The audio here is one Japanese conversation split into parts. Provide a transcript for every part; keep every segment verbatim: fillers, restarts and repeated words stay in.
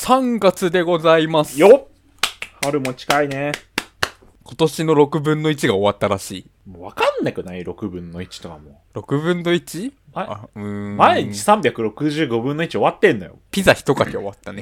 さんがつでございます。 よっ、春も近いね。 今年のろくぶんのいちが終わったらしい。 もうわかんなくない ?ろくぶんのいちとかも。 ろくぶんのいち？ あ、 うーん。 毎日さんびゃくろくじゅうごぶんのいち終わってんのよ。 ピザ一かけ終わったね。 うん、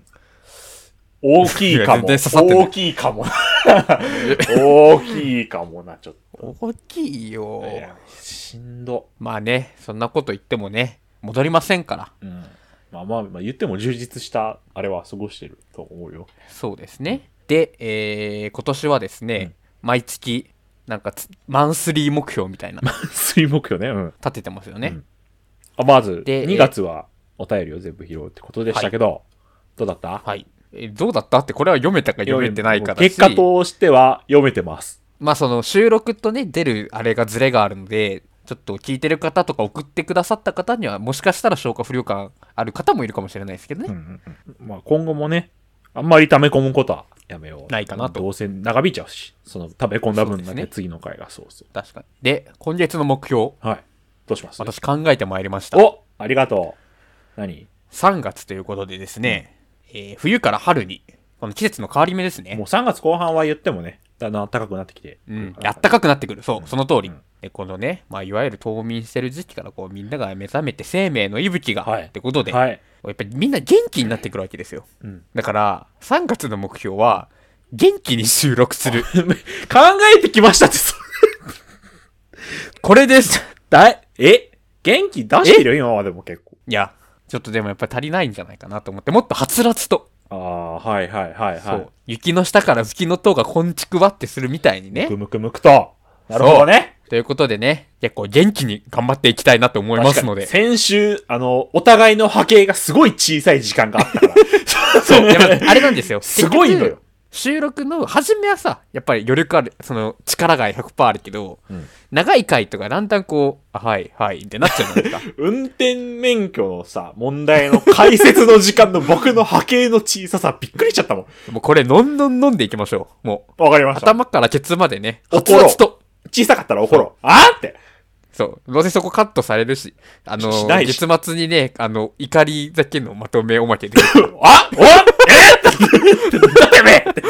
大きいかも。大きいかも。大きいかもな、ちょっと。 大きいよ。 いや、しんど。 まあね、そんなこと言ってもね、戻りませんから。 うん。まあまあ、まあ、言っても充実した、あれは過ごしてると思うよ。 そうですね。で、えー、今年はですね、うん、毎月、なんかマンスリー目標みたいな。 マンスリー目標ね。うん。 立ててますよね。うん、 あ、まず、にがつはお便りを全部拾うってことでしたけど、はい、どうだった？ はい。え、どうだったって、これは読めたか読めてないかだし。 結果としては読めてます。 まあその収録とね、出るあれがズレがあるので、ちょっと聞いてる方とか送ってくださった方には、もしかしたら消化不良感ある方もいるかもしれないですけどね。うんうんうん、まあ今後もね、あんまり溜め込むことはやめよう。 ないかなと。 どうせ長引いちゃうし、その溜め込んだ分だけ次の回がそうそう。 確かに。で、今月の目標。 はい。どうします？ 私考えてまいりました。 お、ありがとう。何？ さん 月ということでですね、うん、えー、冬から春に、この季節の変わり目ですね。 もうさんがつこう半は言ってもね、だんだん暖かくなってきて。 うん。暖かくなってくる。そう、うん、その通り。うん、で、このね、まあ、いわゆる冬眠してる時期からこうみんなが目覚めて生命の息吹が、はい、ってことで、はい、やっぱりみんな元気になってくるわけですよ。うん、だから、さんがつの目標は、元気に収録する。考えてきましたって、それ。 これです。 だい、え元気出してるよ、今までも結構。 いや、ちょっとでもやっぱり足りないんじゃないかなと思って、もっとはつらつと。 ああ、はいはいはいはい。そう。 雪の下から吹きの塔がこんちくわってするみたいにね。 むくむくむくと。なるほどね。 ということでね、結構元気に頑張っていきたいなと思いますので。 先週、あの、お互いの波形がすごい小さい時間があったから。 そう。あれなんですよ。 すごいのよ。 収録の初めはさ、やっぱり余力ある、その力が ひゃくパーセント あるけど、うん、長い回とかだんだんこう、あ、はいはいってなっちゃうじゃないですか。 運転免許のさ、問題の解説の時間の僕の波形の小ささびっくりしちゃったもん。 もうこれ飲んどん飲んでいきましょう。もう。 わかりました。 頭からケツまでね、 怒ろう。小さかったら怒ろう。あーって。 そう。どうせそこカットされるし、あのー、月末にね、あの、怒り酒のまとめおまけで。 あおえだめと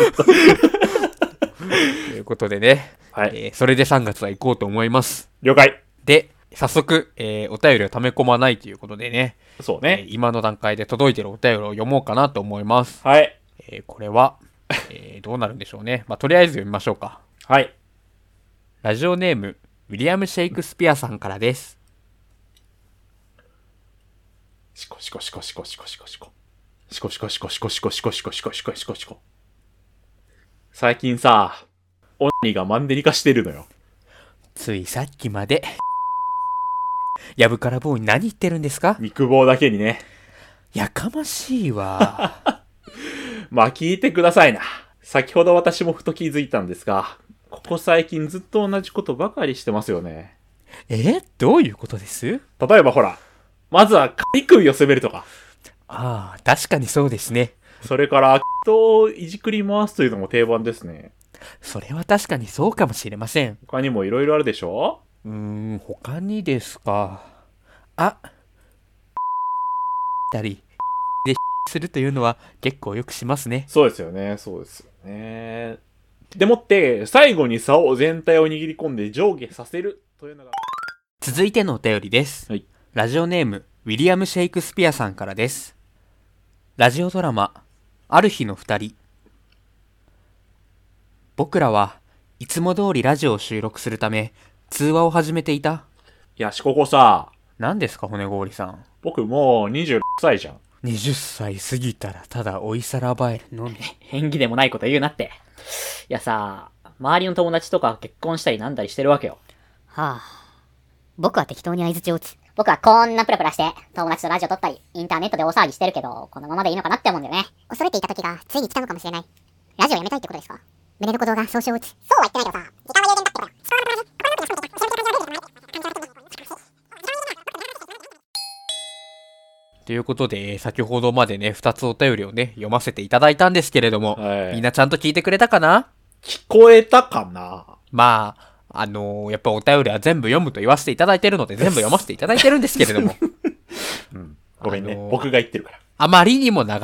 いうことでね、はい、えー、それでさんがつは行こうと思います。 了解。 で、早速、えー、お便りを溜め込まないということでね、 そうね、 えー、今の段階で届いてるお便りを読もうかなと思います。 はい。 えー、これは、えー、どうなるんでしょうね。まあ、とりあえず読みましょうか。 はい。 ラジオネーム、ウィリアム・シェイクスピアさんからです。 シコシコシコシコシコシコシコ。シコシコシコシコシコシコシコシコシコシコシコ。最近さ、オニがマンデリ化してるのよ。 ついさっきまで。やぶから棒に何言ってるんですか？ 肉棒だけにね。 やかましいわ。 まあ聞いてくださいな。先ほど私もふと気づいたんですが、ここ最近ずっと同じことばかりしてますよね。 え？どういうことです？ 例えばほら、まずはカリ首を攻めるとか。 ああ、確かにそうですね。 それから、人をいじくり回すというのも定番ですね。 それは確かにそうかもしれません。 他にもいろいろあるでしょ？ うーん、他にですか。あ、たり、でするというのは結構よくしますね。 そうですよね、そうですよね。でもって、最後に竿全体を握り込んで上下させるというのが。 続いてのお便りです。はい。ラジオネーム、ウィリアム・シェイクスピアさんからです。ラジオドラマ、ある日の二人。僕らはいつも通りラジオを収録するため、通話を始めていた。 いや、しここさ。 何ですか、骨氷さん。 僕もうにじゅうろくさいじゃん。 はたち過ぎたらただ追いさらばえるのみ。 縁起でもないこと言うなって。いやさ、周りの友達とか結婚したりなんだりしてるわけよ。 はあ。僕は適当に相槌を打つ。僕はこんなプラプラして、友達とラジオ撮ったり、インターネットで大騒ぎしてるけど、このままでいいのかなって思うんだよね。恐れていた時がついに来たのかもしれない。ラジオやめたいってことですか？胸の鼓動が総称を打つ。そうは言ってないけどさ、時間は有限だってことということで、先ほどまでね、ふたつお便りをね、読ませていただいたんですけれども、はい、みんなちゃんと聞いてくれたかな？ 聞こえたかな？ まあ、あのー、やっぱお便りは全部読むと言わせていただいてるので、全部読ませていただいてるんですけれども。 うん、ごめんね、あのー、僕が言ってるから。 あまりにも長い。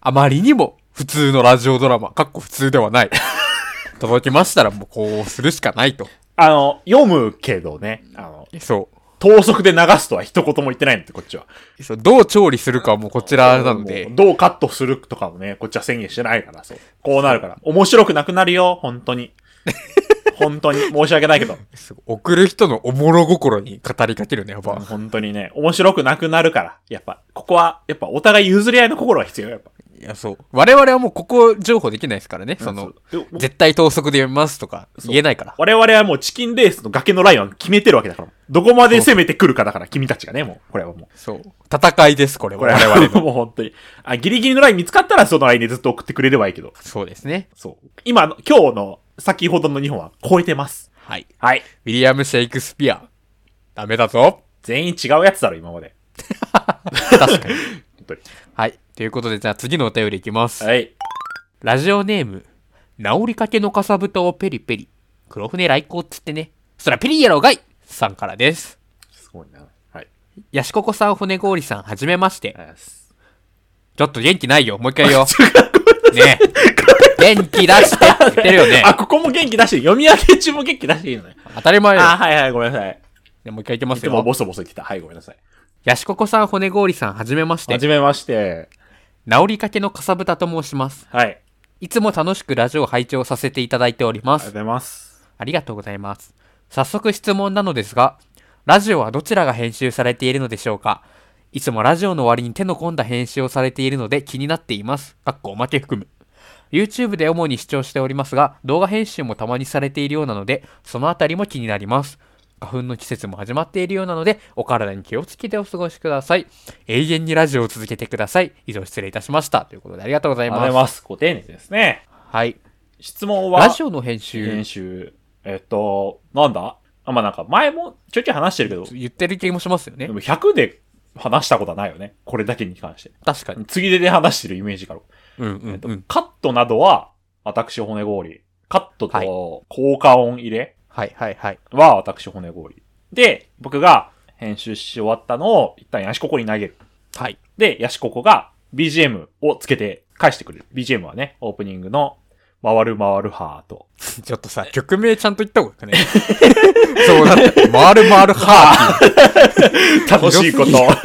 あまりにも普通のラジオドラマ、かっこ普通ではない。届きましたらもうこうするしかないと。 あの、読むけどね、あの、 そう。 等速で流すとは一言も言ってないんだって、こっちは。 そう、どう調理するかはもうこちらなので。 どうカットするとかもね、こっちは宣言してないから、そう。こうなるから。面白くなくなるよ、本当に。本当に。申し訳ないけど。 送る人のおもろ心に語りかけるね、やっぱ。 本当にね、面白くなくなるから。やっぱ、ここは、やっぱお互い譲り合いの心が必要よ、やっぱ。 いや、そう。我々はもうここ情報できないですからね。その、絶対等速で読みますとか言えないから。 我々はもうチキンレースの崖のラインは決めてるわけだから。どこまで攻めてくるかだから、君たちがね、もう。これはもう。 そう。戦いです、これは。 これ我々の。もう本当に。あ、ギリギリのライン見つかったらそのラインでずっと送ってくれればいいけど。 そうですね。 そう。今の、今日の先ほどのにほんは超えてます。 はい。 はい。 ウィリアム・シェイクスピア。ダメだぞ。 全員違うやつだろ、今まで。 確かに。本当に。 はい。ということで、じゃあ次のお便りいきます。 はい。 ラジオネーム、治りかけのかさぶたをペリペリ。黒船来航っつってね。そらペリやろがいさんからです。 すごいな。はい。 やしここさん、骨氷さん、はじめまして。ちょっと元気ないよ。もう一回よ。ねえ。元気出してって言ってるよね。 あ、ここも元気出してる。読み上げ中も元気出していいのね。 当たり前よ。 あ、はいはい、ごめんなさい。 もう一回言ってますよ。 でもボソボソ言ってた。はい、ごめんなさい。 やしここさん、骨氷さん、はじめまして。 はじめまして。 治りかけのかさぶたと申します。 はい。 いつも楽しくラジオを拝聴させていただいております。 ありがとうございます。 ありがとうございます。早速質問なのですが、ラジオはどちらが編集されているのでしょうか？いつもラジオの終わりに手の込んだ編集をされているので気になっています。かっこおまけ含む。YouTube で主に視聴しておりますが、動画編集もたまにされているようなので、そのあたりも気になります。花粉の季節も始まっているようなので、お体に気をつけてお過ごしください。永遠にラジオを続けてください。以上失礼いたしました。ということでありがとうございます。 ありがとうございます。ご丁寧ですね。 はい。 質問は、 ラジオの編集。 編集。えっと、なんだあ、まあ、なんか前もちょいちょい話してるけど。 言ってる気もしますよね。 でもひゃくで話したことはないよね。これだけに関して。 確かに。 次でで話してるイメージがある。 うんうん、うん、 えっと。カットなどは、私骨氷。カットと効果音入れ。 はいはいはい。 は私骨氷。で、僕が編集し終わったのを一旦ヤシココに投げる。 はい。 で、ヤシココが ビージーエム をつけて返してくれる。ビージーエム はね、オープニングの回る回るハート。 ちょっとさ、曲名ちゃんと言った方がいいかね。そうだって、回る回るハート。楽しいこと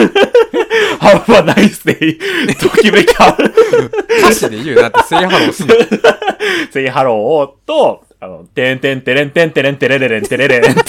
。Have a nice day. ときめきハロー。 歌詞で言うなって、セイハローすんの。 セイハローと、あの、てんてんてれんてんてれんてれれれんてれれれんと、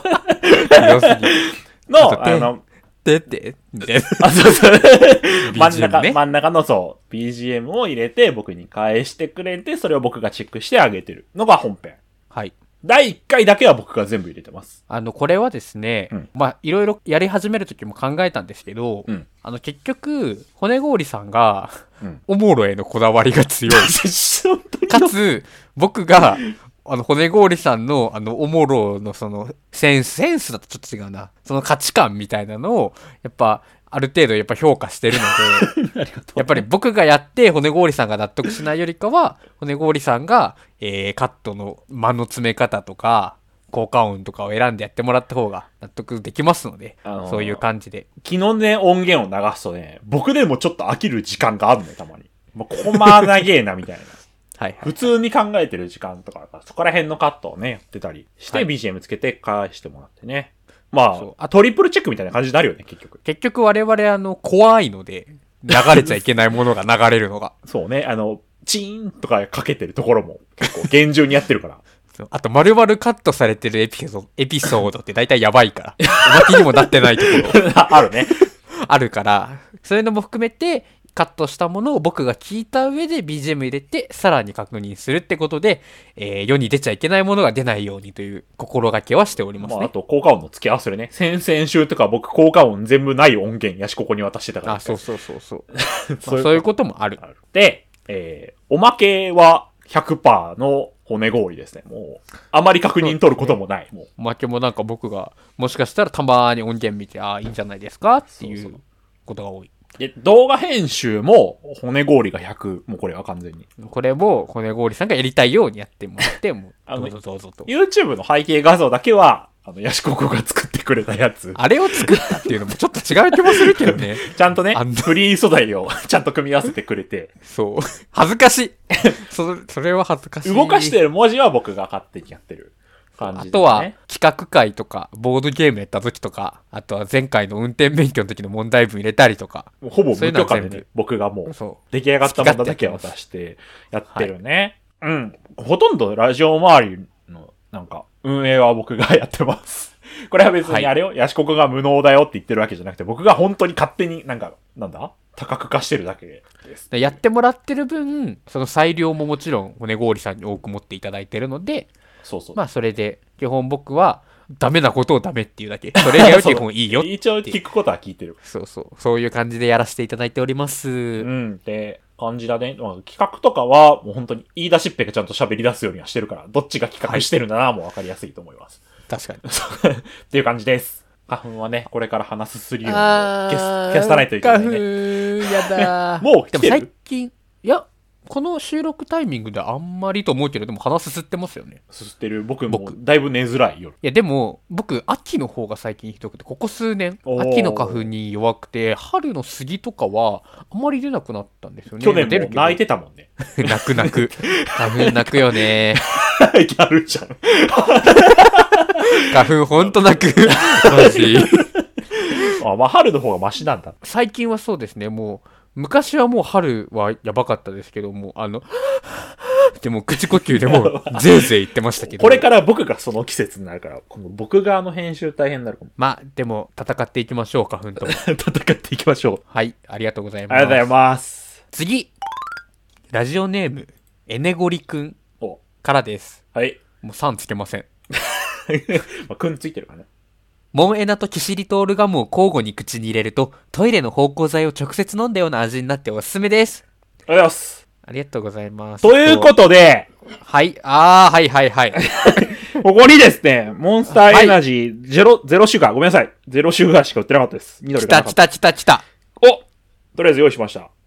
の、あの、 てって、で、 あ、そうそう。真ん中、真ん中のそう、ビージーエム を入れて僕に返してくれて、それを僕がチェックしてあげてるのが本編。 はい。 だいいっかいだけは僕が全部入れてます。 あの、これはですね、うん、まあ、いろいろやり始めるときも考えたんですけど、うん、あの、結局、骨氷さんが、うん、おもろへのこだわりが強い。かつ、僕が、あの、骨氷さんの、あの、おもろのその、センス、センスだとちょっと違うな。その価値観みたいなのを、やっぱ、ある程度やっぱ評価してるので、やっぱり僕がやって骨氷さんが納得しないよりかは、骨氷さんが、えー、カットの間の詰め方とか、効果音とかを選んでやってもらった方が納得できますので、あのー、そういう感じで。 昨日ね、音源を流すとね、僕でもちょっと飽きる時間があるね、たまに。もう、こま長えな、みたいな。 はいはい、 普通に考えてる時間とか、そこら辺のカットをね、やってたりして、はい、ビージーエム つけて返してもらってね。まあ、あトリプルチェックみたいな感じになるよね、結局。 結局我々、あの、怖いので、流れちゃいけないものが流れるのが。 そうね、あの、チーンとかかけてるところも結構厳重にやってるから。 あと、丸々カットされてるエピソード、エピソードって大体やばいから。おまけにもなってないところ。 あるね。 あるから、そういうのも含めて、カットしたものを僕が聞いた上で ビージーエム 入れてさらに確認するってことで、えー、世に出ちゃいけないものが出ないようにという心がけはしておりますね。 まあ、あと効果音の付け合わせるね。先々週とか僕効果音全部ない音源やしここに渡してたから。 あ、そうそうそうそう。そうそういうこともある。 で、えー、おまけは ひゃくパーセント の骨氷ですね。もう、あまり確認取ることもない。もうおまけもなんか僕がもしかしたらたまに音源見て、ああ、いいんじゃないですかっていうことが多い。 で、動画編集も骨氷がひゃく、もうこれは完全に。 これも骨氷さんがやりたいようにやってもらって、もうどうぞどうぞと。 YouTube の背景画像だけは、 あの、ヤシココが作ってくれたやつ。 あれを作ったっていうのもちょっと違う気もするけどね。 ちゃんとねあん、 フリー素材をちゃんと組み合わせてくれて。 そう。恥ずかしい。そ、それは恥ずかしい。 動かしてる文字は僕が勝手にやってる感じですね。 あとは、企画会とか、ボードゲームやった時とか、あとは前回の運転免許の時の問題文入れたりとか。 もうほぼ無許可でねそういうのは全部、 僕がもう、 そ出来上がったものだけを出してやってるね。うん。ほとんどラジオ周りの、なんか、運営は僕がやってます。これは別にあれよ、はい、ヤシココが無能だよって言ってるわけじゃなくて、僕が本当に勝手になんか、なんだ多角化してるだけです。 やってもらってる分、その裁量ももちろん骨氷さんに多く持っていただいてるので、 そうそう。 まあそれで、基本僕は、ダメなことをダメっていうだけ。それ以外は基本いいよって。 一応聞くことは聞いてる。 そうそう。そういう感じでやらせていただいております。うん。で、感じだね。まあ、企画とかは、もう本当に言い出しっぺがちゃんと喋り出すようにはしてるから、どっちが企画してるんだな、もう分かりやすいと思います。 確かに。 っていう感じです。花粉はね、これから話すすりを消す、消さないといけないね。 花粉、やだもう来てる？ でも最近、いや、この収録タイミングであんまりと思うけど、でも鼻すすってますよね。 すすってる。僕もだいぶ寝づらい夜。 いや、でも、僕、秋の方が最近ひどくて、ここ数年、秋の花粉に弱くて、春の杉とかは、あまり出なくなったんですよね。 去年も泣いてたもんね。 泣く泣く。花粉泣くよね。 ギャルじゃん。 花粉ほんと泣く。マジ。 あ、まあ、春の方がマシなんだ。 最近はそうですね、もう、昔はもう春はやばかったですけども、あの、でも口呼吸でもぜいぜい言ってましたけど。 これから僕がその季節になるから、この僕側の編集大変になるかも。 まあ、でも戦っていきましょう、花粉とも。 戦っていきましょう。 はい、ありがとうございます。 ありがとうございます。 次、ラジオネーム、エネゴリくんからです。 はい。 もうさんつけません。 まあ、くんついてるからね。 モンエナとキシリトールガムを交互に口に入れると、トイレの芳香剤を直接飲んだような味になっておすすめです。 ありがとうございます。 ありがとうございます。 ということで、 はい、あー、はいはいはい。 ここにですね、モンスターエナジーゼロ、はい、ゼロシュガー、ごめんなさい。ゼロシュガーしか売ってなかったです。緑がなかった。来た来た来た来た。 おとりあえず用意しました。はい。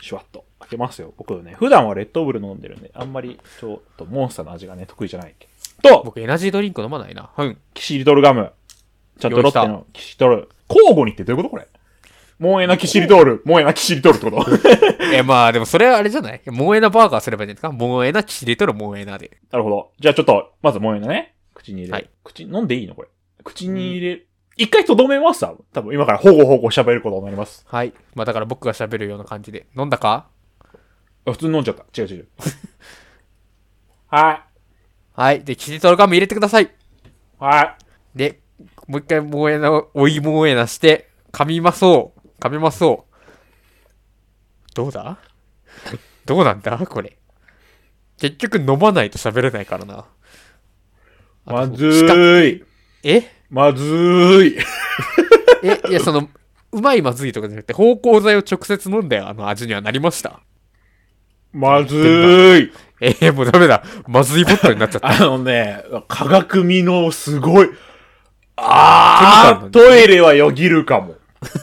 シュワッと。開けますよ。僕ね、普段はレッドブル飲んでるんで、あんまり、ちょっと、モンスターの味がね、得意じゃない。と、 僕エナジードリンク飲まないな。うん。 キシリトールガム。ちゃんとロッテのキシリトール。交互にってどういうことこれ。モンエナキシリトール、モンエナキシリトールってことえ、まあでもそれはあれじゃないモンエナバーガーすればいいんですかモンエナキシリトール、モンエナで。 なるほど。じゃあちょっと、まずモンエナね。口に入れる。 はい。 口、飲んでいいのこれ。口に入れる。一回とどめますわ。多分今からほごほご喋ることになります。 はい。まあだから僕が喋るような感じで。飲んだか普通に飲んじゃった。違う違う。はい。 はい。で、キシリトールガム入れてください。 はい。 で、もう一回モンエナを、おいモンエナして、噛みまそう。噛みまそう。どうだどうなんだこれ。結局飲まないと喋れないからな。 まずーい。 えまずーい。 え、いや、その、うまいまずいとかじゃなくて、芳香剤を直接飲んであの味にはなりました。 まずーい。 えー、もうダメだ。まずいボットになっちゃった。 あのね、化学味のすごい。あー、トイレはよぎるかも。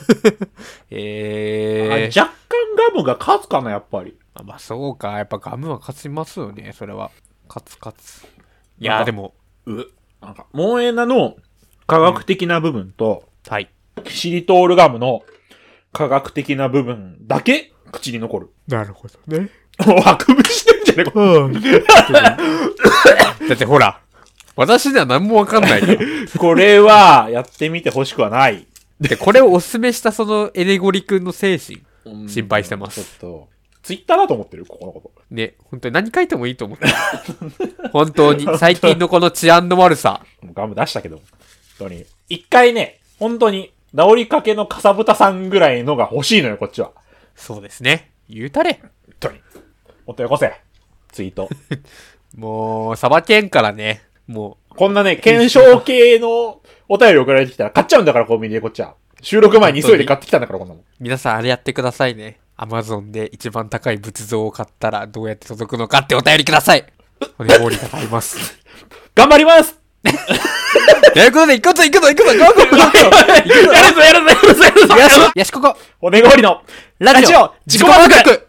えー、若干ガムが勝つかな、やっぱり。 あ、まあそうか。やっぱガムは勝ちますよね、それは。勝つ勝つ。いやーでも。 う、なんか、モンエナの科学的な部分と、 うん、はい。 キシリトールガムの科学的な部分だけ口に残る。 なるほどね。 あくびしてんじゃねえか。うん、 だってほら、私では何もわかんないから。 これは、やってみてほしくはない。 で、これをおすすめしたそのエネゴリ君の精神、心配してます。 ちょっと、ツイッターだと思ってるここのこと。 ね、本当に何書いてもいいと思ってる。本当に、最近のこの治安の悪さ。 ガム出したけど、本当に。一回ね、本当に、治りかけのかさぶたさんぐらいのが欲しいのよ、こっちは。 そうですね。言うたれ。 本当に。もっとよこせ。ツイート。 もう、さばけんからね。もう。こんなね、検証系のお便り送られてきたら買っちゃうんだから、コンビニでこっちは。収録前に急いで買ってきたんだから、こんなもん。 皆さんあれやってくださいね。アマゾンで一番高い仏像を買ったらどうやって届くのかってお便りください。おねごりが買います。 頑張りますということで、行くぞ行くぞ行くぞゴーゴーゴーゴーやるぞやるぞやるぞやるぞやるぞよしよしここおねごりのラジオ自己満足。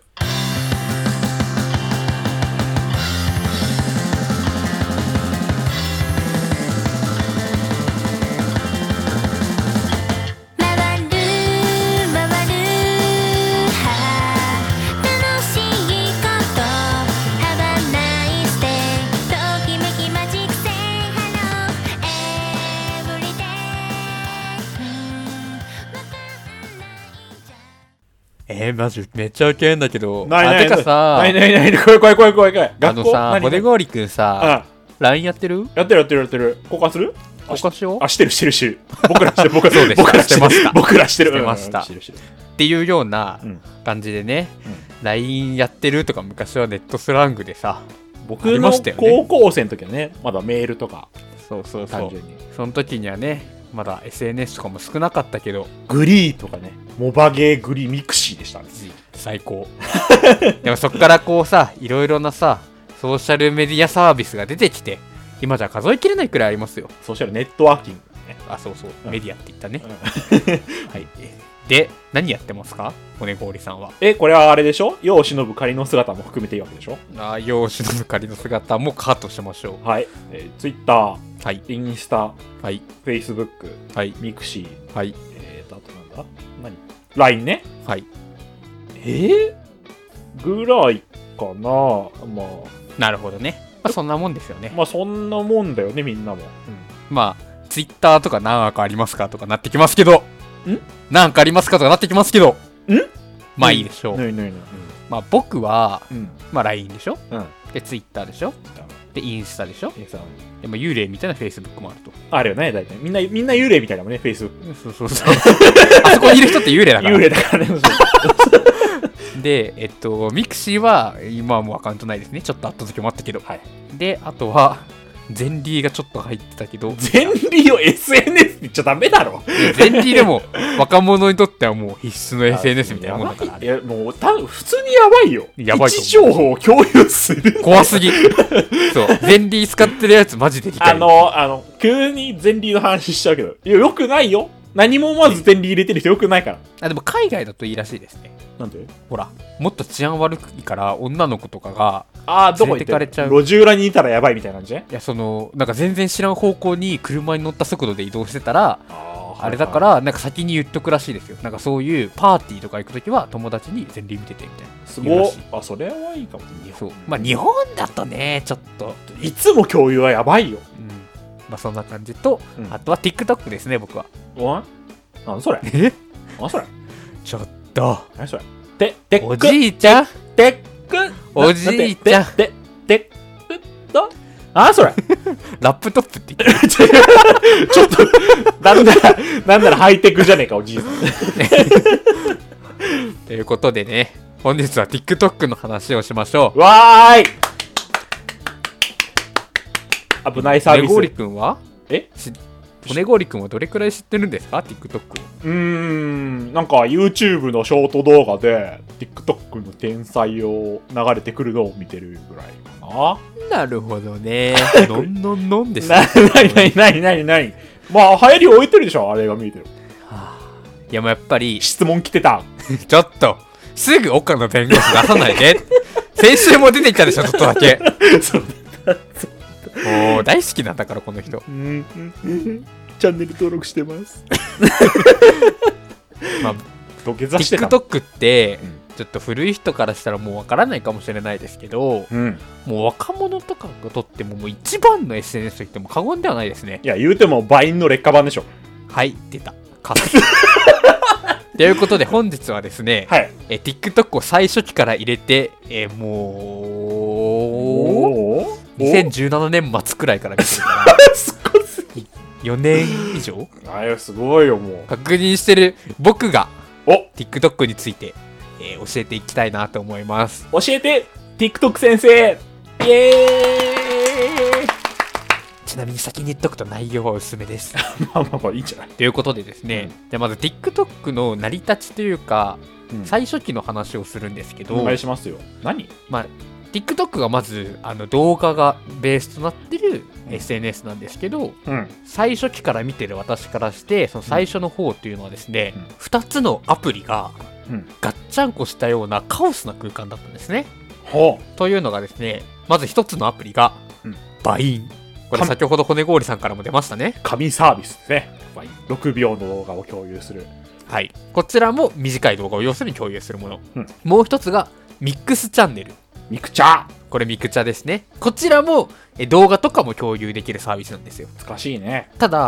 えー、マジめっちゃウケんだけど。 ないないない。 あ、てかさ、 ないないない。怖い怖い怖い怖い怖い。 あのさ、骨氷くんさ、ライン やってる？ やってるやってるやってる。交換する？ 交換しよう。 あ、してるしてるしてる。僕らしてる。僕らそうでした僕らしてました。僕らしてる。 してました。っていうような感じでね、ライン やってるとか昔はネットスラングでさ、 僕の高校生の時はね、まだメールとか。 そうそうそう。その時にはね、まだ エスエヌエス とかも少なかったけど、 グリーとかね、モバゲーグリミクシーでしたね。 最高。でもそっからこうさ、いろいろなさ、ソーシャルメディアサービスが出てきて、今じゃ数えきれないくらいありますよ。 ソーシャルネットワーキングね。 あ、そうそう、うん、メディアって言ったね。うん、はい。で、何やってますか、骨氷さんは。 え、これはあれでしょ？世を忍ぶ仮の姿も含めていいわけでしょ？ あ、世を忍ぶ仮の姿もカットしましょう。 はい。えー、Twitter、はい、インスタ、 はい、 Facebook、 はい、 ミクシー、 はい、 えーと、あとなんだ？何？ライン ね。 はい。 えー、ぐらいかな。まあ。 なるほどね。まあそんなもんですよね。 まあそんなもんだよね、みんなも。うん、 まあ、Twitter とか何かありますかとかなってきますけど、 ん何かありますかとかなってきますけど、 んまあいいでしょう。 ないないない。 まあ僕は、 うん、 まあ ライン でしょ、 うん、 で Twitter でしょ、でインスタでしょ、でも幽霊みたいな Facebook もあると。 あるよね、大体。みんな、みんな幽霊みたいだもんね、Facebook。 そうそうそう。あそこにいる人って幽霊だから。 幽霊だからね。 で、えっと、ミクシーは今はもうアカウントないですね。ちょっとあった時もあったけど。 はい、 で、あとは、ゼンリーがちょっと入ってたけど。 ゼンリーを エスエヌエス って言っちゃダメだろ。 ゼンリーでも若者にとってはもう必須の エスエヌエス みたいなもんだから。 いや、もうた普通にやばいよ。 やばい。 位置情報を共有する。 怖すぎ。そう。ゼンリー使ってるやつマジで理解。 あの、あの、急にゼンリーの話しちゃうけど。いや、よくないよ。何もまずゼンリー入れてる人よくないから。 あ、でも海外だといいらしいですね。 なんで？ ほら、もっと治安悪いから女の子とかがあー、どこ行ってかれちゃう。 路地裏にいたらやばいみたいなんじゃん？いや、その、なんか全然知らん方向に車に乗った速度で移動してたら、あ, あれだから、なんか先に言っとくらしいですよ。なんかそういうパーティーとか行くときは友達にゼンリー見ててみたいな。 すごい。あ、それはいいかも。 そう。まあ日本だとね、ちょっと。 いつも共有はやばいよ。 うん。まあそんな感じと、うん、あとは TikTok ですね、僕は。 お何それ？ え？ 何それ？ ちょっと。 何それ？て、ておじいちゃん？ てっくおじいちゃん。 て、てっくだあ、それラップトップって言ってる。 ちょっと、なんだら、なんならハイテクじゃねえか、おじいさん。 ということでね、本日は TikTok の話をしましょう。 わーい危ないサービス。 骨氷くんはえ骨氷くんはどれくらい知ってるんですか TikTok を。 うーん、なんか YouTube のショート動画で TikTok の天才を流れてくるのを見てるぐらいかな。なるほどね。のんのんのんですね。なになになになになにまあ流行りを置いてるでしょ、あれが見えてる。 はあ、いやもうやっぱり質問来てた。 ちょっとすぐ岡野弁護士出さないで。先週も出てきたでしょ、ちょっとだけ。 そうだもう大好きなんだからこの人。 チャンネル登録してます。 まあ土下座してた。 TikTok ってちょっと古い人からしたらもうわからないかもしれないですけど、 うん、 もう若者とかがとってももう一番の エスエヌエス と言っても過言ではないですね。 いや言うてもバインの劣化版でしょ。 はい、出た。ということで本日はですね、 はい、 え TikTok を最初期から入れて、えー、もうにせんじゅうななねん末くらいから見てるからすごすぎよねん以上あれすごいよ。もう確認してる僕がお TikTok について、えー、教えていきたいなと思います。 教えて TikTok 先生、イエーイ。 ちなみに先に言っとくと内容は薄めです。 まあまあまあいいんじゃない。 ということでですね、うん、じゃあまず TikTok の成り立ちというか、うん、最初期の話をするんですけど、 お願いしますよ。何？ まあTikTok がまずあの動画がベースとなってる エスエヌエス なんですけど、 うん、 最初期から見てる私からしてその最初の方というのはですね、うん、ふたつのアプリがガッチャンコしたようなカオスな空間だったんですね。 ほうというのがですね、まずひとつのアプリが、うん、バイン。これ先ほど骨氷さんからも出ましたね。 神サービスですね。バイン。ろくびょうの動画を共有する。 はい。こちらも短い動画を要するに共有するもの。 うん、 もう一つがミックスチャンネル。 ミクチャ。 これミクチャですね。こちらもえ動画とかも共有できるサービスなんですよ。 難しいね。 ただ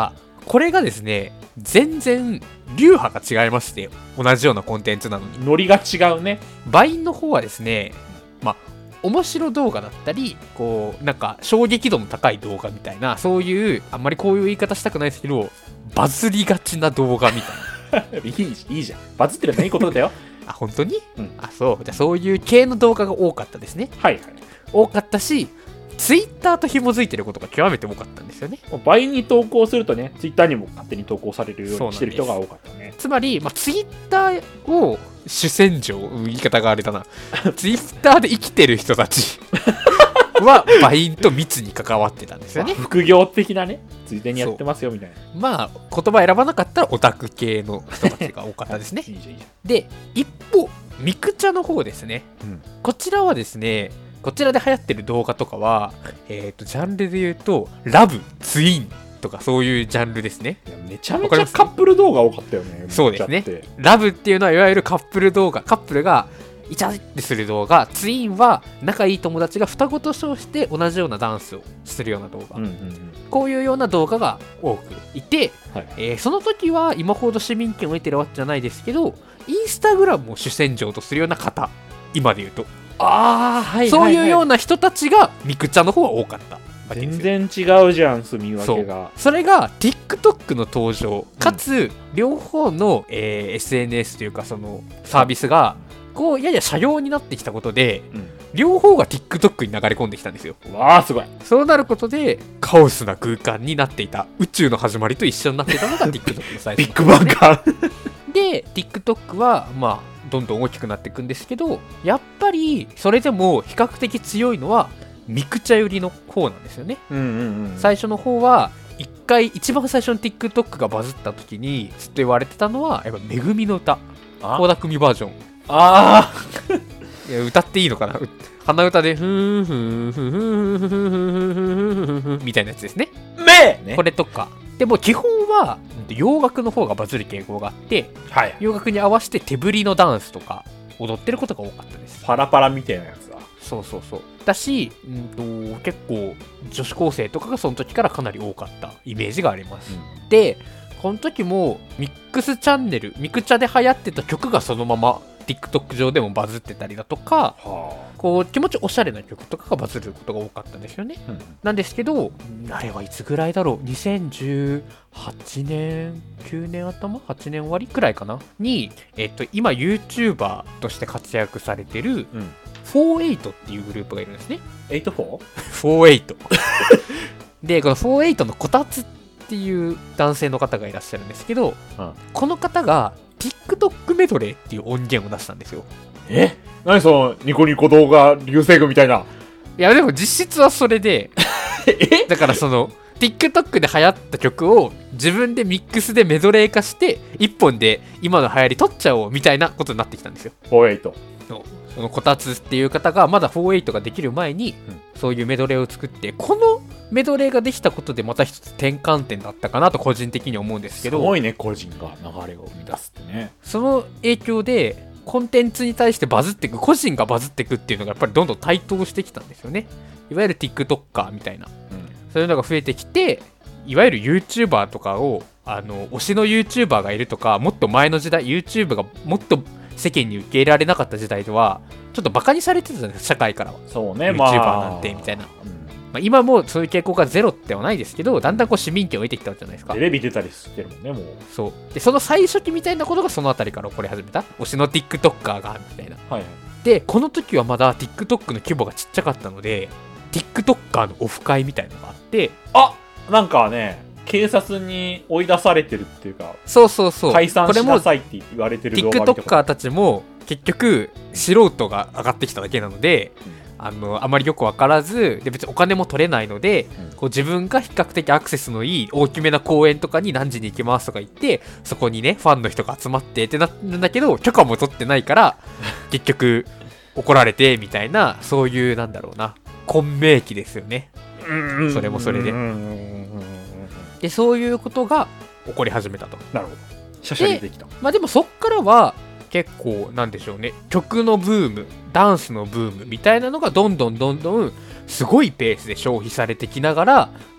これがですね、全然流派が違いまして、同じようなコンテンツなのに。 ノリが違うね。 バインの方はですね、まあ、面白動画だったり、こう、なんか衝撃度の高い動画みたいな、そういう、あんまりこういう言い方したくないですけど、バズりがちな動画みたいな。 いい、いいじゃん。バズってるのはいいことだよ。 あ、本当に、 うん、 あ、そう。じゃあそういう系の動画が多かったですね。 はいはい。 多かったし、ツイッターと紐づいてることが極めて多かったんですよね。 倍に投稿するとね、ツイッターにも勝手に投稿されるようにしてる人が多かったね。 つまり、まあ、ツイッターを主戦場、言い方があれだな。ツイッターで生きてる人たちはバインと密に関わってたんですよね。 副業的なね、ついでにやってますよみたいな。 まあ、言葉選ばなかったらオタク系の人たちが多かったですね。 いいじゃんいいじゃん。 で、一方、ミクチャの方ですね。 うん、 こちらはですね、こちらで流行ってる動画とかは、えっと、ジャンルで言うと、ラブ、ツインとかそういうジャンルですね。 いやめちゃめちゃカップル動画多かったよね。 そうですね。ラブっていうのはいわゆるカップル動画、カップルがイチャってする動画、ツインは仲いい友達が双子と称して同じようなダンスをするような動画。 うんうんうん、 こういうような動画が多くいて、 はい、 えー、その時は今ほど市民権を得てるわけじゃないですけど、インスタグラムを主戦場とするような方、今で言うと。 ああ、はいはいはい、 そういうような人たちがミクチャの方は多かったわけですよ。 全然違うじゃん、住み分けが。 そ, それが TikTok の登場かつ、うん、両方の、えー、エスエヌエス というかそのサービスがこうやや斜陽になってきたことで、うん、両方が TikTok に流れ込んできたんですよ。 わあすごい。 そうなることでカオスな空間になっていた、宇宙の始まりと一緒になっていたのが TikTok の最初の、ね、 ビッグバンカーで TikTok はまあどんどん大きくなっていくんですけど、やっぱりそれでも比較的強いのはミクチャ寄りの方なんですよね、 うんうんうん、 最初の方は一回一番最初の TikTok がバズった時にずっと言われてたのはやっぱめぐみの歌、倖田來未バージョン。 ああいや歌っていいのかな、鼻歌でふーふーふーふーふーふーふーふーふーふーみたいなやつですね。 めこれとかでも基本は洋楽の方がバズる傾向があって、はい、洋楽に合わせて手振りのダンスとか踊ってることが多かったです。 パラパラみたいなやつだ。 そうそうそうだし、うんと結構女子高生とかがその時からかなり多かったイメージがあります、うん、でこの時もミックスチャンネルミクチャで流行ってた曲がそのまま TikTok 上でもバズってたりだとか、はあ、こう気持ちおしゃれな曲とかがバズることが多かったんですよね、うん、なんですけどあれはいつぐらいだろう、にせんじゅうはちねんきゅうねん頭はちねん終わりくらいかなに、えっと、今 YouTuber として活躍されてる、うん、フォーエイトっていうグループがいるんですね。 エイトフォー？ フォーエイト でこのフォーエイトのこたつっていう男性の方がいらっしゃるんですけど、うん、この方が TikTok メドレーっていう音源を出したんですよ。 え？何そのニコニコ動画流星群みたいな。 いやでも実質はそれでえだからその TikTok で流行った曲を自分でミックスでメドレー化して一本で今の流行り取っちゃおうみたいなことになってきたんですよ。 フォーエイトそのこたつっていう方がまだフォーエイトができる前に、うん、そういうメドレーを作って、このメドレーができたことでまた一つ転換点だったかなと個人的に思うんですけど、 すごいね、個人が流れを生み出すってね。 その影響でコンテンツに対してバズっていく、個人がバズっていくっていうのがやっぱりどんどん台頭してきたんですよね。いわゆる TikToker みたいな、うん、そういうのが増えてきて、いわゆる YouTuber とかをあの推しの YouTuber がいるとか、もっと前の時代 YouTube がもっと世間に受け入れられなかった時代ではちょっとバカにされてたじゃないですか、社会からは。 そうね、 YouTuber なんてみたいな、うん、まあ、今もそういう傾向がゼロではないですけど、だんだんこう市民権を得てきたじゃないですか。 テレビ出たりしてるもんね、もう。 そうで、その最初期みたいなことがそのあたりから起こり始めた、推しの TikToker がみたいな、はいはい、でこの時はまだ TikTok の規模がちっちゃかったので TikToker のオフ会みたいなのがあって、 あ、なんかね、警察に追い出されてるっていうか、 そうそうそう、 解散しなさいって言われてる動画見たこと。 TikToker たちも結局素人が上がってきただけなので、うん、あのあまりよく分からずで、別にお金も取れないので、うん、こう自分が比較的アクセスのいい大きめな公園とかに何時に行きますとか言って、そこにねファンの人が集まってってなるんだけど、許可も取ってないから結局怒られてみたいな、そういうなんだろうな、混迷期ですよね。それもそれで、でそういうことが起こり始めたと。 なるほど。シャシャリできた。 まあでもそっからは結構なんでしょうね、曲のブーム、ダンスのブームみたいなのがどんどんどんどんすごいペースで消費されてきながら、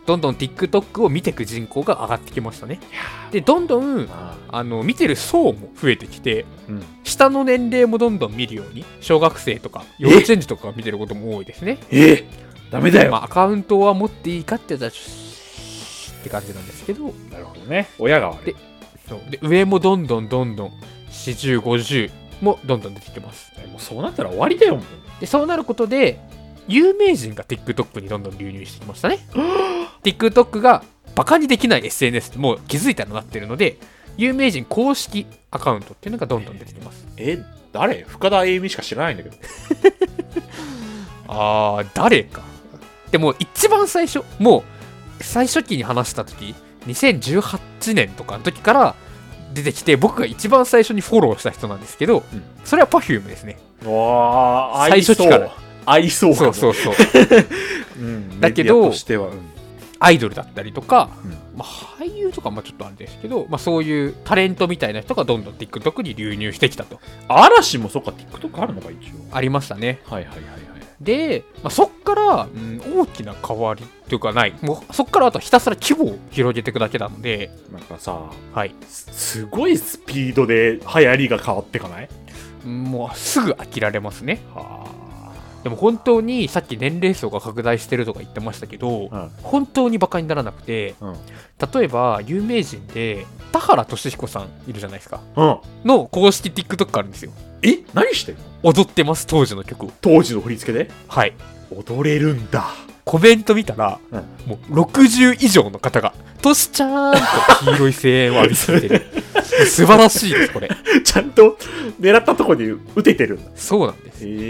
どんどん TikTok を見ていく人口が上がってきましたね。でどんどんあの見てる層も増えてきて、うん、下の年齢もどんどん見るように、小学生とか幼稚園児とかが見てることも多いですね。 えダメだよ、 まあ、アカウントは持っていいかって言ったらって感じなんですけど。 なるほどね、親が悪い。 でそうで上もどんどんどんどんよんじゅう、ごじゅうもどんどん出てきてます。 もうそうなったら終わりだよ。 でそうなることで有名人が TikTok にどんどん流入してきましたね。TikTok がバカにできない エスエヌエス ってもう気づいたらなってるので、有名人公式アカウントっていうのがどんどん出てきます。 え誰深田栄美しか知らないんだけど。 あー誰か。でも一番最初、もう最初期に話した時にせんじゅうはちねんとかの時から出てきて、僕が一番最初にフォローした人なんですけど、うん、それは Perfume ですね。 わー最初期から合いそうかも。 そうそうそう、うん、だけど、うん、アイドルだったりとか、うんまあ、俳優とかもちょっとあるんですけど、まあ、そういうタレントみたいな人がどんどん TikTok に流入してきたと。 嵐もそっか TikTok あるのか一応。 ありましたね。 はいはいはいはい。 で、まあ、そっから、うん、大きな変わりというかない。もうそっからあとひたすら規模を広げていくだけなので。 なんかさ、 はい、 す, すごいスピードで流行りが変わってかない？ もうすぐ飽きられますね。 はあ。 でも本当にさっき年齢層が拡大してるとか言ってましたけど、うん、本当にバカにならなくて、うん、例えば有名人で田原俊彦さんいるじゃないですか、うん、の公式 TikTok あるんですよ。 え何してんの？ 踊ってます、当時の曲を。 当時の振り付けで？はい。踊れるんだ。 コメント見たら、うん、もうろくじゅう以上の方がトシちゃーんと黄色い声援を浴びせてる。素晴らしいですこれ。 ちゃんと狙ったところに打ててるんだ。 そうなんです。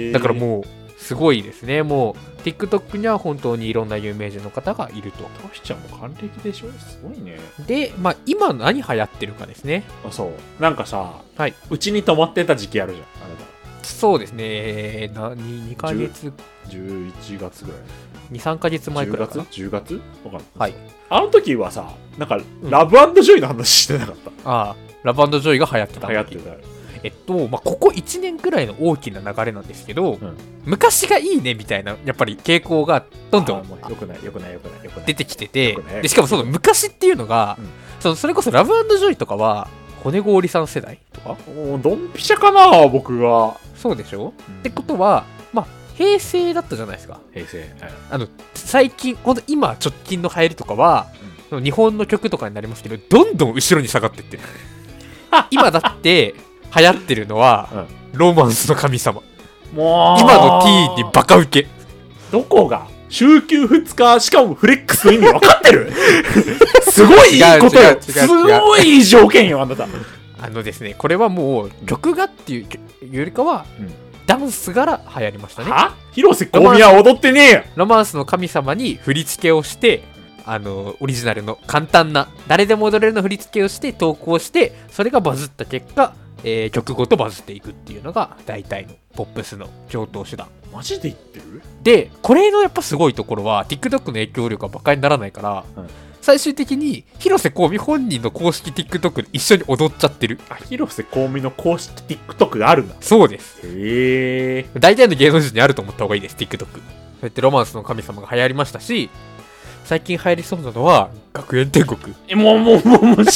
だからもうすごいですね。もう TikTok には本当にいろんな有名人の方がいると。 トシちゃんも還暦でしょ。すごいね。 で、まあ今何流行ってるかですね。 あ、そう。なんかさ、 はい、 うちに泊まってた時期あるじゃん、あなた。 そうですね。な に, にかげつ、 じゅういちがつぐらい。 に、さんかげつまえくらいかな。 じゅうがつ？ じゅうがつ？わかんない。 はい。 あの時はさ、なんかラブ&ジョイの話してなかった。うん、 ああ、ラブ&ジョイが流行ってた。 流行ってた。 えっと、まあ、ここいちねんくらいの大きな流れなんですけど、うん、昔がいいねみたいな、やっぱり傾向がどんどんよくないよくないよくないよくない出てきてて、でしかもその昔っていうのが、うん、そのそれこそラブ&ジョイとかは、骨氷さん世代とかドンピシャかな僕が。 そうでしょ、うん、ってことは、まあ、平成だったじゃないですか。 平成。はい、 あの、最近、ほんと今直近の流行りとかは、うん、日本の曲とかになりますけど、どんどん後ろに下がってってる。今だって、流行ってるのは、うん、ロマンスの神様。もう今の T にバカウケ。 どこが週休ふつか、しかもフレックスの意味分かってる？すごいいいことよ。すごいいい条件よ、あなた。 あのですね、これはもう曲がっていうよりかは、うん、ダンスから流行りましたね。 は？広瀬香美は踊ってねえよ。 ロマンスの神様に振り付けをして、あのオリジナルの簡単な誰でも踊れるの振り付けをして投稿して、それがバズった結果、えー、曲ごとバズっていくっていうのが大体のポップスの上等手段。 マジで言ってる？ で、これのやっぱすごいところは TikTok の影響力がバカにならないから、うん、最終的に広瀬香美本人の公式 TikTok で一緒に踊っちゃってる。 あ、広瀬香美の公式 TikTok があるんだ。 そうです。 へー。 大体の芸能人にあると思った方がいいです、TikTok。そうやってロマンスの神様が流行りましたし、最近流行りそうなのは学園天国。 え、もうもうもうもう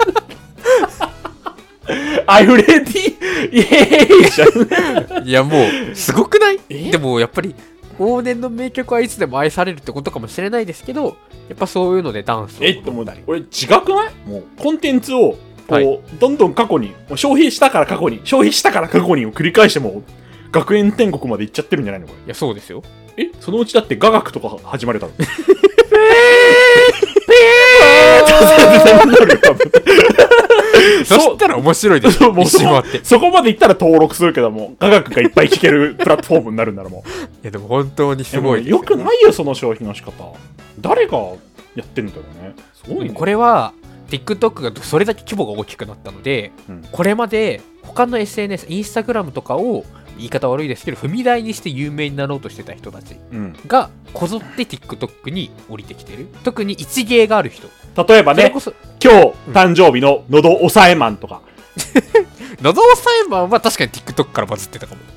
I'm ready! イエーイいやもうすごくない？でもやっぱり往年の名曲はいつでも愛されるってことかもしれないですけど、やっぱそういうのでダンスを踊ったり。え、でも俺違くない？もうコンテンツをこう、はい、どんどん過去にもう消費したから過去に消費したから過去にを繰り返しても学園天国まで行っちゃってるんじゃないのこれ？いやそうですよ。 え、そのうちだって雅楽とか始まれたの。 そしたら面白いですよ。 そ, そこまでいったら登録するけども、雅楽がいっぱい聴けるプラットフォームになるんだらもう。いやでも本当にすごいですよ、ね。 よくないよその消費の仕方。誰がやってんだろうね。すごいね。 これは TikTok がそれだけ規模が大きくなったので、うん、これまで他の エスエヌエス、インスタグラムとかを言い方悪いですけど踏み台にして有名になろうとしてた人たちがこぞって TikTok に降りてきてる。特に一芸がある人。 例えばね、今日誕生日の喉押さえマンとか。 喉押さえマンは確かに TikTok からバズってたかも。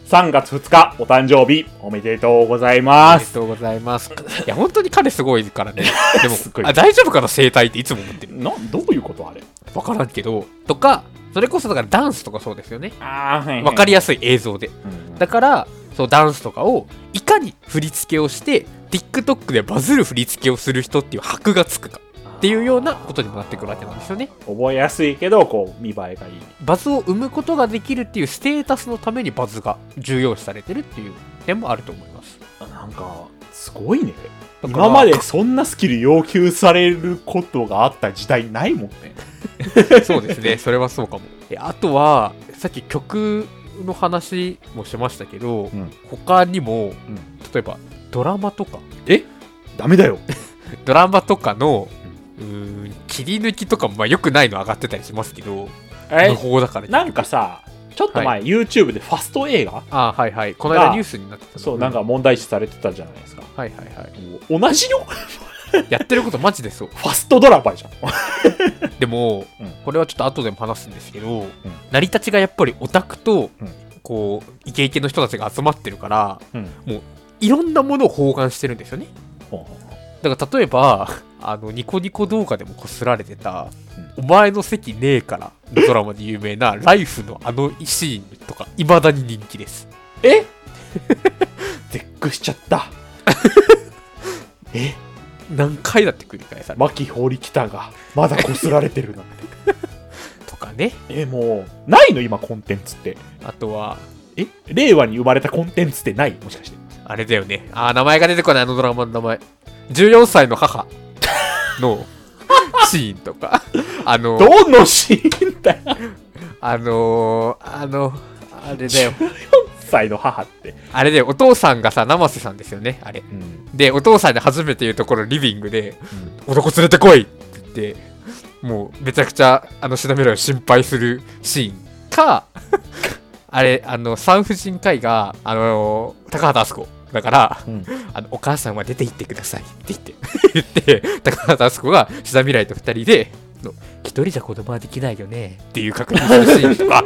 さんがつふつかお誕生日おめでとうございます。 おめでとうございます。いや本当に彼すごいからね。でもあ大丈夫かな生態っていつも思ってる。 などういうことあれ？ 分からんけどとかそれこそだからダンスとかそうですよね。 あー、はいはい、 分かりやすい映像で、 うん、 だからそうダンスとかをいかに振り付けをして TikTok でバズる振り付けをする人っていう箔がつくかっていうようなことにもなってくるわけなんですよね。 覚えやすいけどこう見栄えがいい。 バズを生むことができるっていうステータスのためにバズが重要視されてるっていう点もあると思います。 なんかすごいね。今までそんなスキル要求されることがあった時代ないもんね。 そうですね、それはそうかも。あとはさっき曲の話もしましたけど、うん、他にも、うん、例えばドラマとかえダメだよドラマとかの、うん、うーん切り抜きとかもまあ良くないの上がってたりしますけど、 え無法だからなんかさちょっと前、はい、YouTube でファスト映画あはいはいこの間ニュースになってたのそうなんか問題視されてたじゃないですか。 はいはいはい同じよやってることマジでそうファストドラマじゃんでも、うん、これはちょっと後でも話すんですけど、うん、成り立ちがやっぱりオタクと、うん、こうイケイケの人たちが集まってるから、うん、もういろんなものを包含してるんですよね、うん、だから例えばあのニコニコ動画でもこすられてた、うん、お前の席ねえからのドラマで有名なライフのあのシーンとか未だに人気です。 え絶句しちゃったえ何回だって繰り返される。 牧堀北がまだこすられてるなんてとかね。 えもうないの今コンテンツって。 あとはえ令和に生まれたコンテンツってないもしかして。 あれだよね。あー名前が出てこないあのドラマの名前。じゅうよんさいの母のシーンとかあのどのシーンだよあのー、あのあれだよじゅうよんさいの母ってあれでお父さんがさ生瀬さんですよねあれ、うん、でお父さんで初めて言うところリビングで、うん、男連れてこいって言ってもうめちゃくちゃあのシナミラを心配するシーンかあれあの産婦人科医があの高畑敦子だから、うん、あのお母さんは出て行ってくださいって言って言って高畑敦子がシナミライとふたりで一人じゃ子供はできないよねっていう確認するシーンとか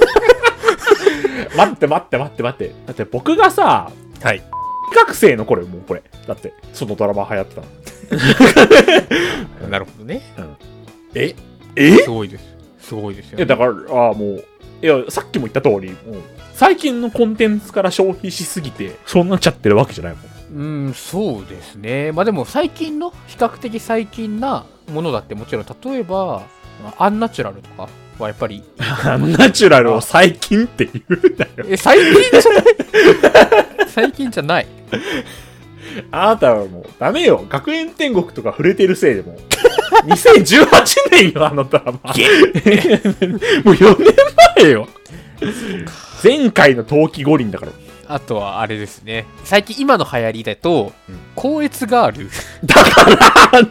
待って待って待って待ってだって僕がさはい学生の頃もうこれだってそのドラマ流行ってたなるほどね、うん、 ええすごいですすごいですよね。 だからあもういやさっきも言った通りもう最近のコンテンツから消費しすぎてそうなっちゃってるわけじゃないもん。 うんそうですね。まあでも最近の比較的最近なものだってもちろん例えばアンナチュラルとかはやっぱりアンナチュラルを最近って言うんだよ。 え最近じゃない最近じゃないあなたはもうダメよ。学園天国とか触れてるせいでもにせんじゅうはちねんよあのドラマもうよねんまえよ前回の冬季五輪だから。 あとはあれですね最近今の流行りだと、うん、高越ガールだから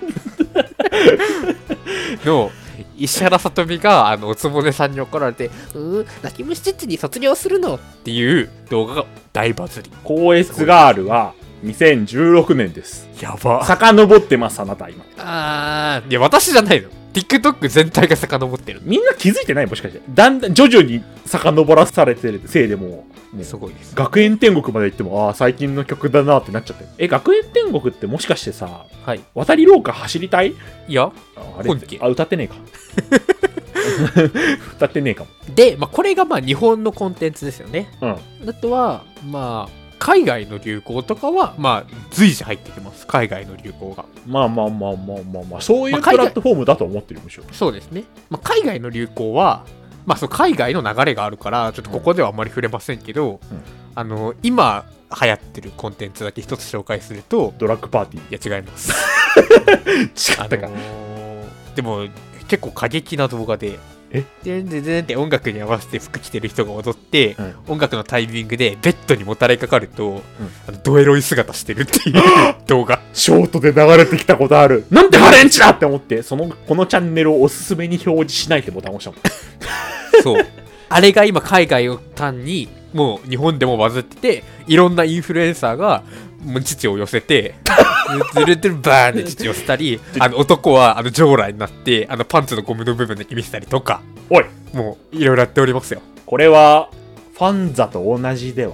の石原さとみがあのおつぼねさんに怒られてうー泣き虫チッチに卒業するのっていう動画が大バズり。 高越ガールはにせんじゅうろくねんです。 やば遡ってますあなた今。 あーいや私じゃないの TikTok 全体が遡ってる。 みんな気づいてないもしかしてだんだん徐々に遡らされてるせいでもうすごいです。 学園天国まで行ってもああ最近の曲だなってなっちゃってる。え学園天国ってもしかしてさ、 はい、 渡り廊下走りたい？ いやあれあ歌ってねえか歌ってねえかも。 で、まあ、これがまあ日本のコンテンツですよね。 うん。 あとはまあ海外の流行とかはまあ随時入ってきます。海外の流行がまあまあまあまあまあまあそういうプラットフォームだと思ってるむしろ。 そうですね、まあ、海外の流行はまあそう海外の流れがあるからちょっとここではあまり触れませんけど、うん、あの今流行ってるコンテンツだけ一つ紹介するとドラッグパーティー。いや違います違ったか、あのー、でも結構過激な動画でえでんでんでんって音楽に合わせて服着てる人が踊って、うん、音楽のタイミングでベッドにもたれかかると、うん、あのドエロい姿してるっていう動画ショートで流れてきたことある。なんてハレンチだって思ってそのこのチャンネルをおすすめに表示しないってボタンを押したもんそうあれが今海外を単にもう日本でもバズってていろんなインフルエンサーがもう父を寄せてずるずるバーンって父を寄せたりあの男はあの上来になってあのパンツのゴムの部分だけ見せたりとかおいもういろいろやっておりますよ。 これはファンザと同じでは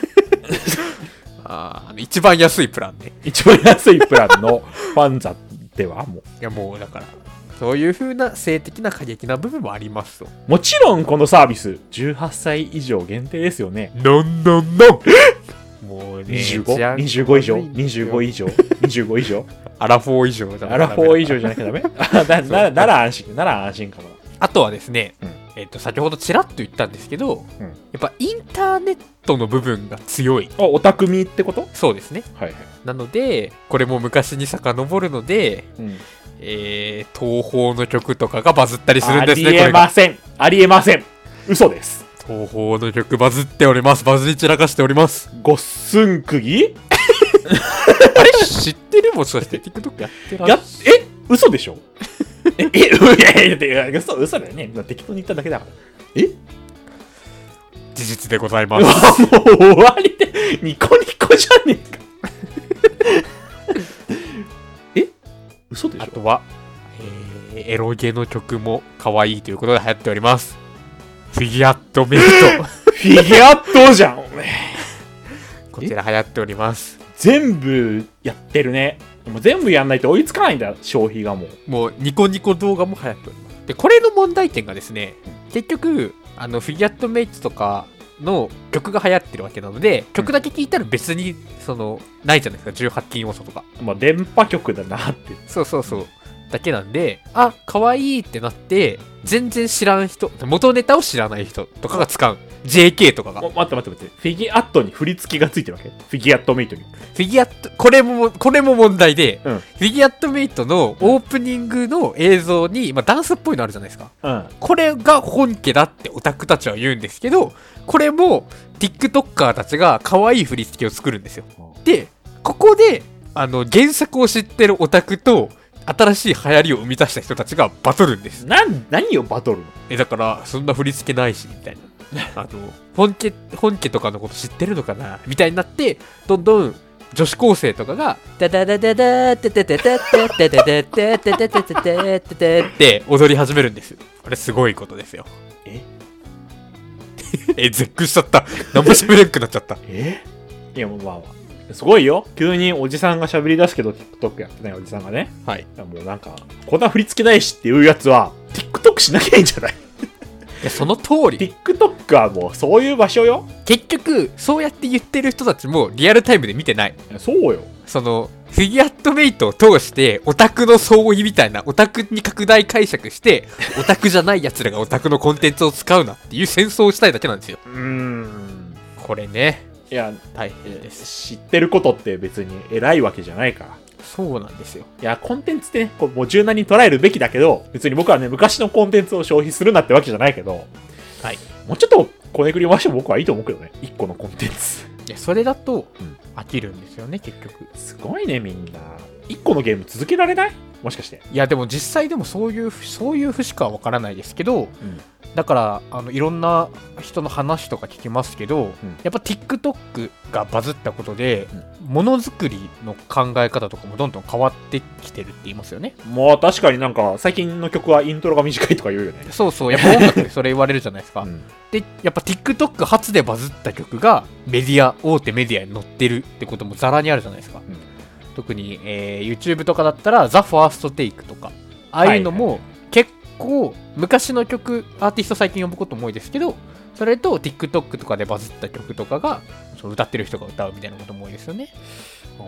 あ一番安いプランね。 一番安いプランのファンザではもう。いやもうだからそういう風な性的な過激な部分もありますと。 もちろんこのサービスじゅうはっさい以上限定ですよね。 ノンノンノンもうねにじゅうご?にじゅうご 以上 ?にじゅうご 以上 ?にじゅうご 以上アラフォー以上じゃアラフォー以上じゃなきゃダメな, な, なら安心なら安心かも。 あとはですね、 うんえっと先ほどちらっと言ったんですけど、 うん、 やっぱインターネットの部分が強い。 あ、オタクミってこと？ そうですね。 はいはい。 なのでこれも昔に遡るので、うん、えー、東宝の曲とかがバズったりするんですね。 ありえません。ありえません。嘘です。 東宝の曲バズっております。バズり散らかしております。 ごっすんくぎあれ知ってる？もしかして TikTok やってらっしゃる？え嘘でしょえ、え、いやいやいや、嘘、嘘だよね。適当に言っただけだから。え事実でございます。 もう終わりで、ニコニコじゃねえか。え嘘でしょ？ あとは、えー、エロゲの曲も可愛いということで流行っております。フィギュアットメイト。 フィギュアットじゃん、お前。 こちら流行っております。 全部やってるね。もう全部やんないと追いつかないんだ、消費がもう。 もうニコニコ動画も流行っております。で、これの問題点がですね、結局、あの、フィギュアットメイトとかの曲が流行ってるわけなので、曲だけ聴いたら別に、その、ないじゃないですか、じゅうはち禁要素とか。 まあ、電波曲だなって。 そうそうそう。だけなんで、あ、可愛いってなって、全然知らん人、元ネタを知らない人とかが使う。ジェーケー とかが。 待って待って待って。フィギュアットに振り付きがついてるわけ？フィギュアットメイトに。 フィギュアット、これも、これも問題で、 うん、 フィギュアットメイトのオープニングの映像に、まあ、ダンスっぽいのあるじゃないですか。 うん、 これが本家だってオタクたちは言うんですけど、これも TikToker たちが可愛い振り付けを作るんですよ。で、ここで、あの、原作を知ってるオタクと、新しい流行りを生み出した人たちがバトるんです。 な、何をバトるの？ え、だから、そんな振り付けないし、みたいな。あの、本家、本家とかのこと知ってるのかなみたいになって、どんどん女子高生とかが、ダダダダダテテテテテテテテテテテテテテテテって踊り始めるんです。これすごいことですよ。 ええ、絶句しちゃった。何も喋れんくなっちゃった。 えいや、もうまあまあ。すごいよ。急におじさんが喋り出すけど、TikTok やってないおじさんがね。 はい。 もうなんか、こんな振り付けないしっていうやつは、TikTok しなきゃいいんじゃない？ いや、その通り。 TikTok はもうそういう場所よ。 結局、そうやって言ってる人たちもリアルタイムで見てない。 いやそうよ。 その、フィギュアットメイトを通して、オタクの相違みたいな、オタクに拡大解釈して、オタクじゃない奴らがオタクのコンテンツを使うなっていう戦争をしたいだけなんですよ。 うーん。 これね。 いや、 大変です。 知ってることって別に偉いわけじゃないから。 そうなんですよ。 いや、コンテンツってね、こうもう柔軟に捉えるべきだけど、別に僕はね、昔のコンテンツを消費するなってわけじゃないけど、 はい。 もうちょっとこねくり回しても僕はいいと思うけどね。一個のコンテンツ。 いや、それだと、 うん、 飽きるんですよね、結局。 すごいね、みんな。一個のゲーム続けられない？もしかして。 いや、でも実際でもそういう、そういう節かはわからないですけど、 うん、 だからあのいろんな人の話とか聞きますけど、 うん、 やっぱ TikTok がバズったことで、 うん、 ものづくりの考え方とかもどんどん変わってきてるって言いますよね。 まあ確かになんか最近の曲はイントロが短いとか言うよね。 そうそう、やっぱ音楽でそれ言われるじゃないですか、 うん、 でやっぱ TikTok 初でバズった曲がメディア大手メディアに載ってるってこともザラにあるじゃないですか、うん、特に、えー、YouTube とかだったら ザ・ファーストテイクとかああいうのも結構昔の曲アーティスト最近呼ぶことも多いですけど、それと TikTok とかでバズった曲とかがその歌ってる人が歌うみたいなことも多いですよね。 あ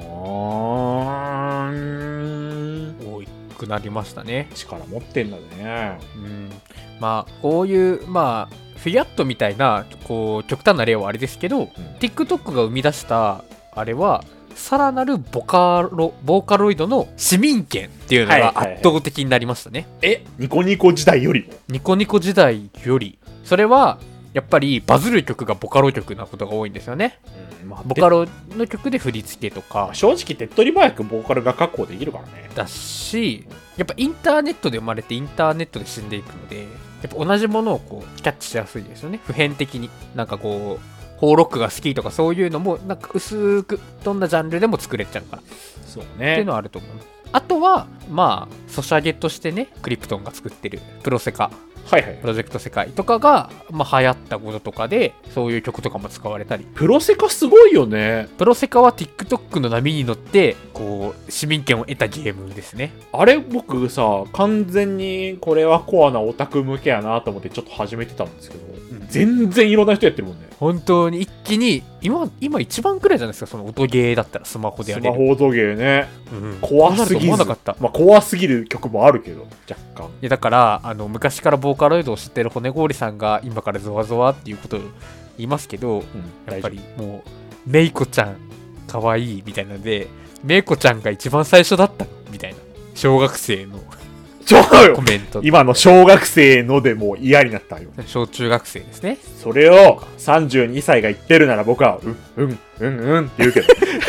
ー多くなりましたね。 力持ってんだね。 うん、まあこういうまあフィギュアットみたいなこう極端な例はあれですけど、うん、TikTok が生み出したあれはさらなるボカロボーカロイドの市民権っていうのが圧倒的になりましたね。 はいはいはい、えニコニコ時代よりもニコニコ時代よりそれはやっぱりバズる曲がボカロ曲なことが多いんですよね、うんまあ、ボカロの曲で振り付けとか正直手っ取り早くボーカルが確保できるからね。 だしやっぱインターネットで生まれてインターネットで死んでいくのでやっぱ同じものをこうキャッチしやすいですよね。普遍的になんかこうホーロックが好きとかそういうのもなんか薄くどんなジャンルでも作れちゃうからそうねっていうのはあると思う。あとはまあソシャゲとしてねクリプトンが作ってるプロセカはいはい。 プロジェクト世界とかが、まあ、流行ったこととかでそういう曲とかも使われたり。 プロセカすごいよね。 プロセカは TikTok の波に乗ってこう市民権を得たゲームですね。 あれ僕さ、完全にこれはコアなオタク向けやなと思ってちょっと始めてたんですけど、うん、全然いろんな人やってるもんね。 本当に一気に今今一番くらいじゃないですか、その音ゲーだったらスマホでやれる。 スマホ音ゲーね、うん、怖すぎず、 思わなかった。 まあ怖すぎる曲もあるけど若干。いやだからあの昔からボーカロイドを知ってる骨氷さんが今からゾワゾワっていうことを言いますけど、うん、やっぱりもうメイコちゃんかわいいみたいなので、メイコちゃんが一番最初だったみたいな小学生のコメント。 今の小学生のでもう嫌になったよ。 小中学生ですね。 それをさんじゅうにさいが言ってるなら僕はうんうんうんうんって言うけど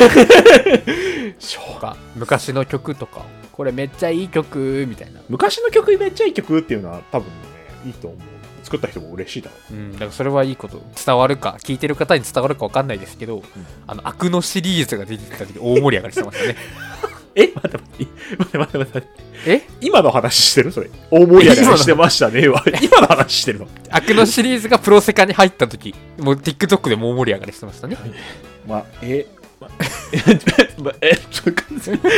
昔の曲とかこれめっちゃいい曲みたいな。 昔の曲めっちゃいい曲っていうのは多分ねいいと思う。作った人も嬉しいだろう。うん、だからそれはいいこと。伝わるか聞いてる方に伝わるか分かんないですけど、うん、あのアクノシリーズが出てきた時大盛り上がりしてましたねえ待って待って待って待って待ってえ今の話してるそれ大盛り上がりしてましたね今の話してるのアクノシリーズがプロセカに入った時もう TikTok でも大盛り上がりしてましたねまあえまえちょっと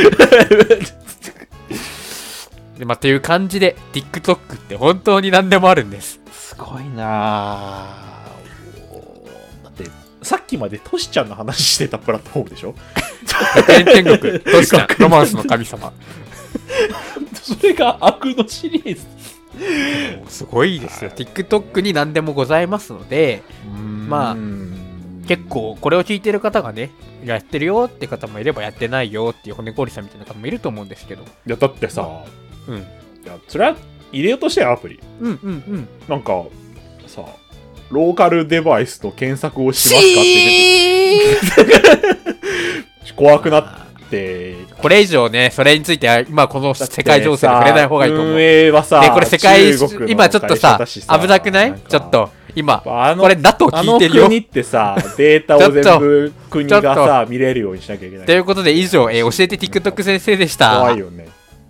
でまあ、っていう感じで TikTok って本当に何でもあるんです。 すごいなぁ。だってさっきまでトシちゃんの話してたプラットフォームでしょ。 学園天国トシちゃんロマンスの神様それが悪のシリーズすごいですよ。 TikTok に何でもございますので、まあ結構これを聞いてる方がねやってるよって方もいればやってないよっていう骨氷さんみたいな方もいると思うんですけど、いやだってさ、まあうん、いやそれは入れようとしてアプリ、 うんうんうん、 なんかさローカルデバイスと検索をしますかって出て怖くなってこれ以上ねそれについては今この世界情勢で触れない方がいいと思う。 運営はさ、 ね、これ世界今ちょっとさ危なくない？ちょっと今これだと聞いてるよ。 あの国ってさデータを全部国がさ見れるようにしなきゃいけない。 ということで以上、えー、教えて TikTok 先生でした。 怖いよね。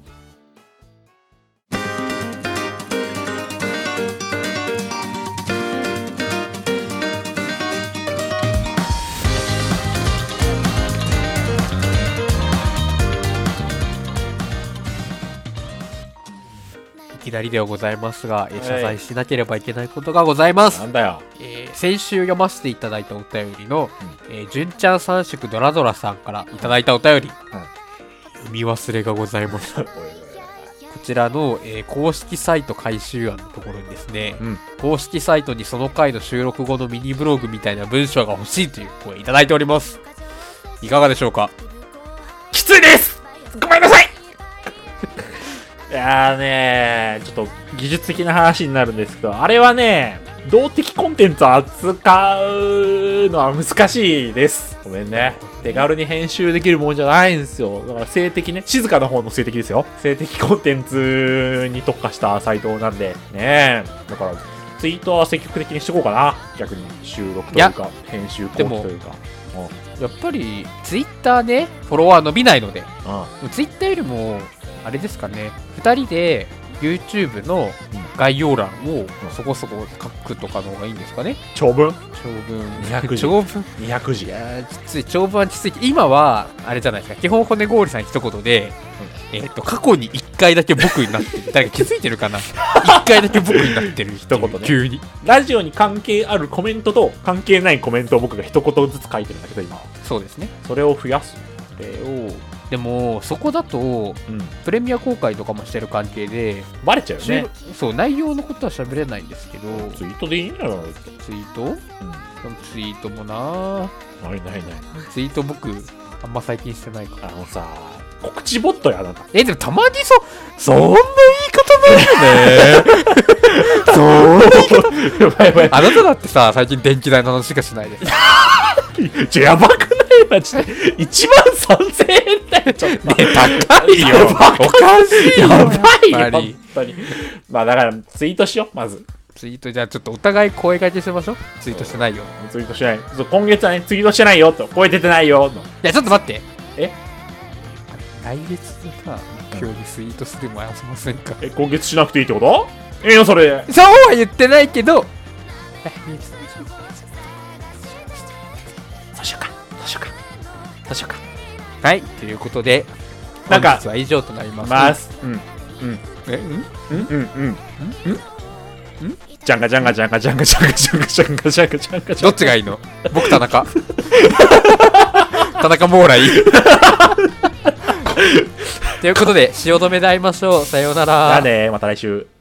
いきなりではございますが、えー、謝罪しなければいけないことがございます。 なんだよ、 えー、先週読ませていただいたお便りの、うんえー、純ちゃん三色ドラドラさんからいただいたお便り、うん、読み忘れがございますこちらの、えー、公式サイト回収案のところにですね、うん、公式サイトにその回の収録後のミニブログみたいな文章が欲しいという声いただいております。いかがでしょうか。 きついです、ごめんなさいいやーねー、ちょっと技術的な話になるんですけど、あれはね、動的コンテンツを扱うのは難しいです。ごめんね。手軽に編集できるものじゃないんですよ。だから静的ね、静かな方の静的ですよ。静的コンテンツに特化したサイトなんで、ねだから、ツイートは積極的にしとこうかな。逆に収録というか、編集後期というか。 うん、やっぱり、ツイッターね、フォロワー伸びないので、うん、ツイッターよりも、あれですかね、ふたりで YouTube の概要欄をそこそこ書くとかの方がいいんですかね。 長文長文にひゃくじ長文にひゃくじいやきつい。長文はきつい。今はあれじゃないですか、基本骨氷さん一言で、うん、えっと過去にいっかいだけ僕になってる誰か気づいてるかな。いっかいだけ僕になってる一言ね。 急にラジオに関係あるコメントと関係ないコメントを僕が一言ずつ書いてるんだけど、今そうですね。 それを増やす。 それをでもそこだと、うん、プレミア公開とかもしてる関係でバレちゃうよね。 そう内容のことは喋れないんですけど、 ツイートでいいんじゃない？ ツイート、うん、ツイートもなないないない。 ツイート僕あんま最近してないから。 あのさ告知ボットやな。 えでもたまにそそんな言い方ないよねそんな言い方やばいやばい。あなただってさ最近電気代の話しかしないでちょやばくないマジでいちまんさんぜんえんだよ。ちょっと、ね、 高いよおかしいよやばいよ本当に。まあだからツイートしよう。まずツイートじゃあちょっとお互い声掛けしましょう。ツイートしてないよ。 ツイートしてない。そう今月はねツイートしてないよと声出てないよと。いやちょっと待って。 え来月のさ目標にツイートするもやせませんか。 え今月しなくていいってこと？ ええよ、それ。 そうは言ってないけど、 そうしようか。そうしようか。そうしようか。 はいということでなんか本日は以上となりますます。うん。うん。 えうんうんうんうん。うんジャンガジャンガジャンガジャンガジャンガジャンガジャンガジャンガジャンガジャンガ。 どっちがいいの？僕田中田中モーライということで汐留で会いましょう。さようなら。 じゃあね、また来週。